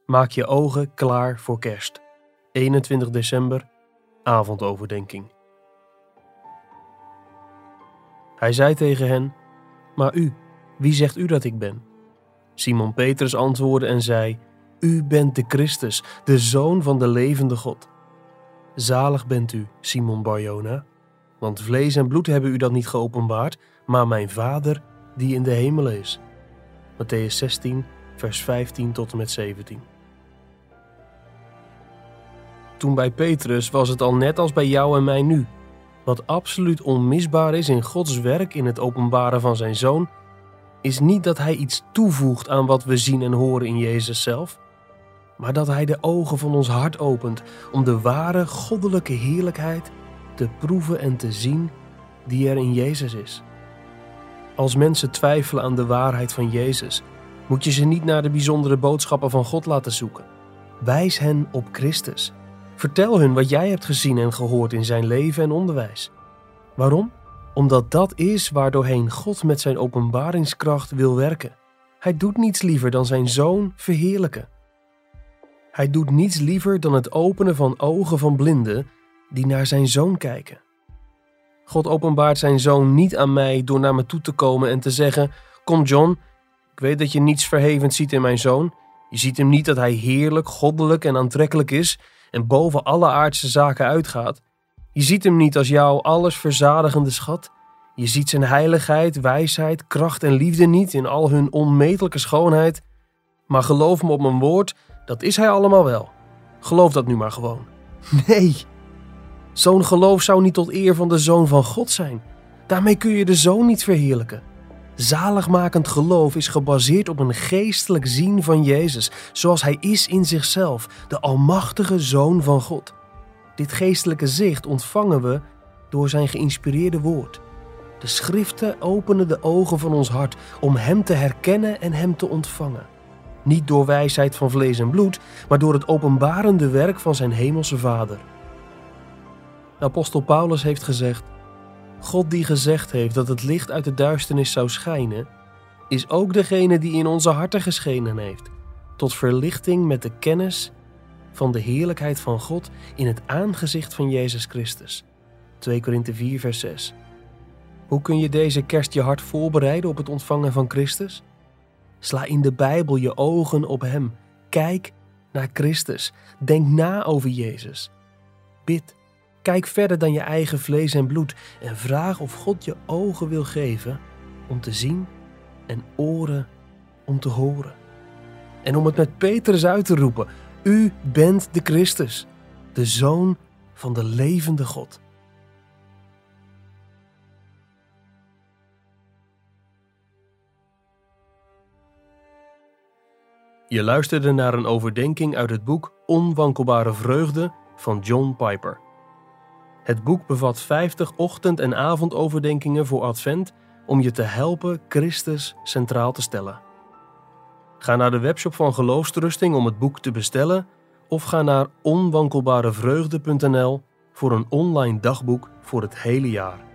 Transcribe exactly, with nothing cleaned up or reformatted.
Maak je ogen klaar voor kerst. eenentwintig december, avondoverdenking. Hij zei tegen hen: maar u, wie zegt u dat ik ben? Simon Petrus antwoordde en zei: u bent de Christus, de Zoon van de levende God. Zalig bent u, Simon Barjona, want vlees en bloed hebben u dat niet geopenbaard, maar mijn Vader die in de hemelen is. Mattheüs zestien, vers vijftien tot en met zeventien. Toen bij Petrus was het al net als bij jou en mij nu. Wat absoluut onmisbaar is in Gods werk in het openbaren van zijn Zoon, is niet dat hij iets toevoegt aan wat we zien en horen in Jezus zelf, maar dat hij de ogen van ons hart opent om de ware goddelijke heerlijkheid te proeven en te zien die er in Jezus is. Als mensen twijfelen aan de waarheid van Jezus, moet je ze niet naar de bijzondere boodschappen van God laten zoeken. Wijs hen op Christus. Vertel hun wat jij hebt gezien en gehoord in zijn leven en onderwijs. Waarom? Omdat dat is waardoorheen God met zijn openbaringskracht wil werken. Hij doet niets liever dan zijn Zoon verheerlijken. Hij doet niets liever dan het openen van ogen van blinden die naar zijn Zoon kijken. God openbaart zijn Zoon niet aan mij door naar me toe te komen en te zeggen: kom John, ik weet dat je niets verhevens ziet in mijn Zoon. Je ziet hem niet dat hij heerlijk, goddelijk en aantrekkelijk is en boven alle aardse zaken uitgaat. Je ziet hem niet als jouw alles verzadigende schat. Je ziet zijn heiligheid, wijsheid, kracht en liefde niet in al hun onmetelijke schoonheid. Maar geloof me op mijn woord, dat is hij allemaal wel. Geloof dat nu maar gewoon. Nee, zo'n geloof zou niet tot eer van de Zoon van God zijn. Daarmee kun je de Zoon niet verheerlijken. Zaligmakend geloof is gebaseerd op een geestelijk zien van Jezus, zoals hij is in zichzelf, de almachtige Zoon van God. Dit geestelijke zicht ontvangen we door zijn geïnspireerde woord. De schriften openen de ogen van ons hart om hem te herkennen en hem te ontvangen. Niet door wijsheid van vlees en bloed, maar door het openbarende werk van zijn hemelse Vader. De apostel Paulus heeft gezegd: God die gezegd heeft dat het licht uit de duisternis zou schijnen, is ook degene die in onze harten geschenen heeft, tot verlichting met de kennis van de heerlijkheid van God in het aangezicht van Jezus Christus. twee Korinthe vier vers zes. Hoe kun je deze kerst je hart voorbereiden op het ontvangen van Christus? Sla in de Bijbel je ogen op hem. Kijk naar Christus. Denk na over Jezus. Bid. Kijk verder dan je eigen vlees en bloed en vraag of God je ogen wil geven om te zien en oren om te horen. En om het met Petrus uit te roepen: u bent de Christus, de Zoon van de levende God. Je luisterde naar een overdenking uit het boek Onwankelbare Vreugde van John Piper. Het boek bevat vijftig ochtend- en avondoverdenkingen voor Advent om je te helpen Christus centraal te stellen. Ga naar de webshop van Geloofsterusting om het boek te bestellen of ga naar onwankelbarevreugde punt n l voor een online dagboek voor het hele jaar.